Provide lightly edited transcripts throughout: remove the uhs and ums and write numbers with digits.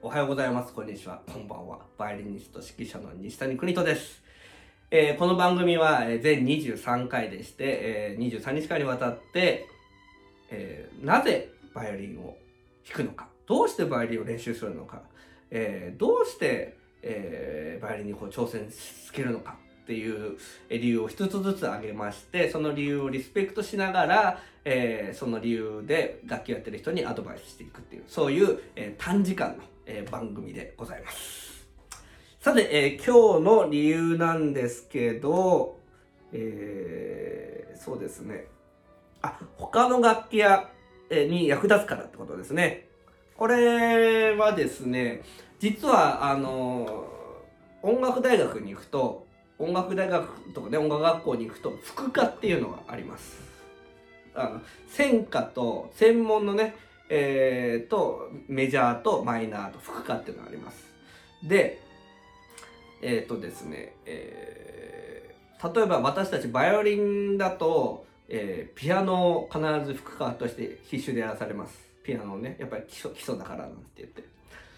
おはようございます。こんにちは。こんばんは。バイオリニスト指揮者の西谷邦人です。この番組は全23回でして、23日間にわたって、なぜバイオリンを弾くのか、どうしてバイオリンを練習するのか、どうして、バイオリンに挑戦しつけるのかっていう理由を一つずつ挙げまして、その理由をリスペクトしながら、その理由で楽器をやってる人にアドバイスしていくっていう、そういう、短時間の、番組でございます。さて、今日の理由なんですけど、そうですね。他の楽器に役立つからってことですね。これはですね、実は、音楽大学に行くと、音楽大学とかね、音楽学校に行くと、副科っていうのがあります。専科と専門のね、とメジャーとマイナーと副科っていうのがあります。で、ですね、例えば私たちバイオリンだと、ピアノを必ず副科として必修でやらされます。ピアノをね、やっぱり基礎だからなんて言って。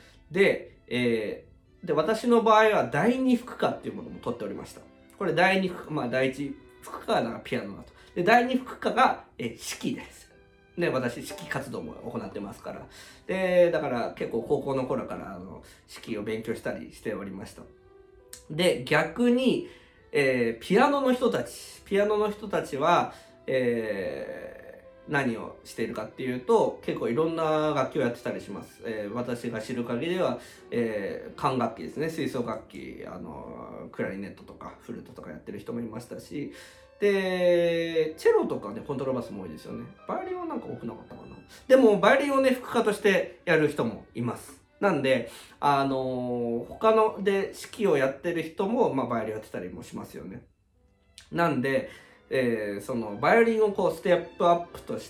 で、私の場合は第二副科っていうものも取っておりました。これ第二副科、第一副科がピアノだと。で、第二副科が、指揮です。ね、私、指揮活動も行ってますから。で、だから結構高校の頃から指揮を勉強したりしておりました。で、逆に、ピアノの人たちは、何をしているかっていうと、結構いろんな楽器をやってたりします。私が知る限りでは、管楽器ですね、吹奏楽器、クラリネットとかフルートとかやってる人もいましたし、で、チェロとかね、コントラバスも多いですよね。バイオリンはなんか多くなかったかな。でも、バイオリンをね、副科としてやる人もいます。なんで、他ので指揮をやってる人も、バイオリンやってたりもしますよね。なんで、そのバイオリンをステップアップとして、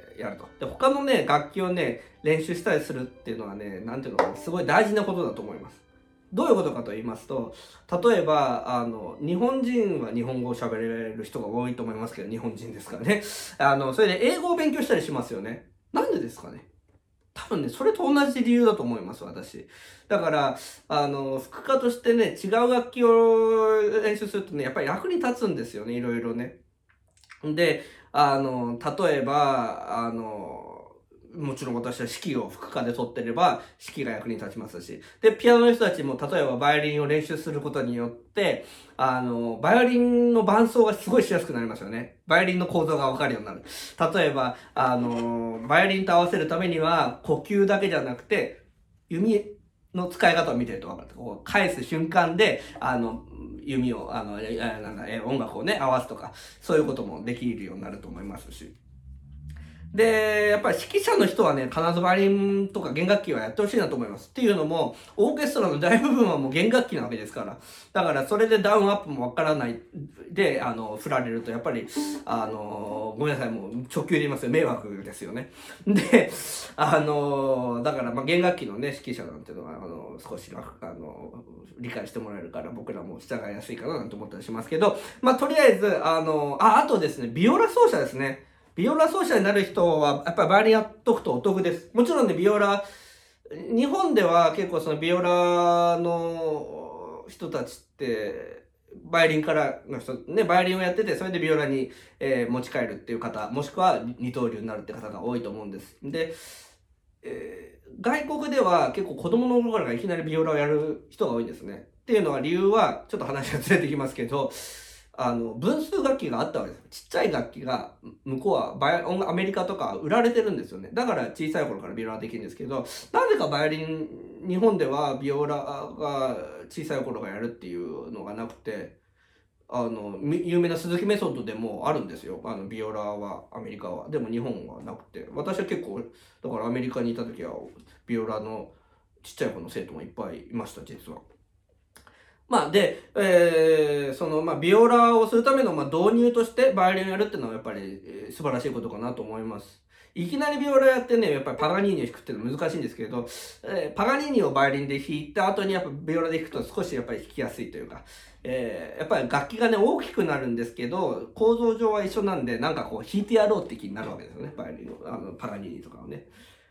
やると。で、他のね、楽器をね、練習したりするっていうのはね、なんていうのかな、すごい大事なことだと思います。どういうことかと言いますと、例えば、日本人は日本語を喋れる人が多いと思いますけど、日本人ですからね。それで英語を勉強したりしますよね。なんでですかね。多分ね、それと同じ理由だと思います、私。だから、副科としてね、違う楽器を練習するとね、やっぱり役に立つんですよね、いろいろね。で、例えば、もちろん私は指揮を副科で取ってれば、指揮が役に立ちますし。で、ピアノの人たちも、例えばバイオリンを練習することによって、バイオリンの伴奏がすごいしやすくなりますよね。バイオリンの構造がわかるようになる。例えば、バイオリンと合わせるためには、呼吸だけじゃなくて、弓の使い方を見てると分かる。こう返す瞬間で、弓を、音楽をね、合わすとか、そういうこともできるようになると思いますし。で、やっぱり指揮者の人はね、必ずバイオリンとか弦楽器はやってほしいなと思います。っていうのも、オーケストラの大部分はもう弦楽器なわけですから。だからそれでダウンアップもわからないで、振られると、やっぱり、ごめんなさい、もう直球で言いますよ。迷惑ですよね。で、だから弦楽器のね、指揮者なんていうのは、少し理解してもらえるから僕らも従いやすいかななんて思ったりしますけど、とりあえず、あとですね、ビオラ奏者ですね。ビオラ奏者になる人は、やっぱりバイオリンやっとくとお得です。もちろんね、ビオラ、日本では結構そのビオラの人たちって、バイオリンからの人、ね、バイオリンをやってて、それでビオラに、持ち帰るっていう方、もしくは二刀流になるって方が多いと思うんです。で、外国では結構子供の頃からいきなりビオラをやる人が多いんですね。っていうのは理由は、ちょっと話がずれてきますけど、分数楽器があったわけです。ちっちゃい楽器が、向こうはアメリカとか売られてるんですよね。だから小さい頃からビオラができるんですけど、なぜかバイオリン、日本ではビオラが小さい頃からやるっていうのがなくて、有名な鈴木メソッドでもあるんですよ。ビオラは、アメリカは。でも日本はなくて。私は結構、だからアメリカにいた時は、ビオラのちっちゃい子の生徒もいっぱいいました、実は。で、ビオラをするための、導入として、バイオリンをやるっていうのはやっぱり、素晴らしいことかなと思います。いきなりビオラやってね、やっぱりパガニーニを弾くっていうのは難しいんですけれど、パガニーニをバイオリンで弾いた後にやっぱビオラで弾くと少しやっぱり弾きやすいというか、やっぱり楽器がね、大きくなるんですけど、構造上は一緒なんで、なんかこう弾いてやろうって気になるわけですよね、バイオリンの、パガニーニとかをね。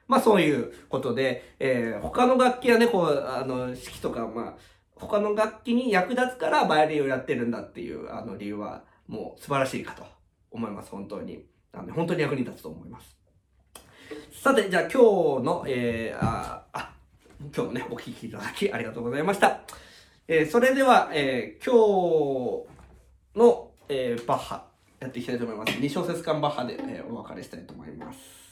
まあそういうことで、他の楽器はね、こう、指揮とか、まあ、他の楽器に役立つからバイオリンをやってるんだっていう、理由は、もう素晴らしいかと思います、本当に。本当に役に立つと思います。さて、じゃあ今日の、今日もね、お聞きいただきありがとうございました。それでは、今日の、バッハ、やっていきたいと思います。2小節間バッハで、お別れしたいと思います。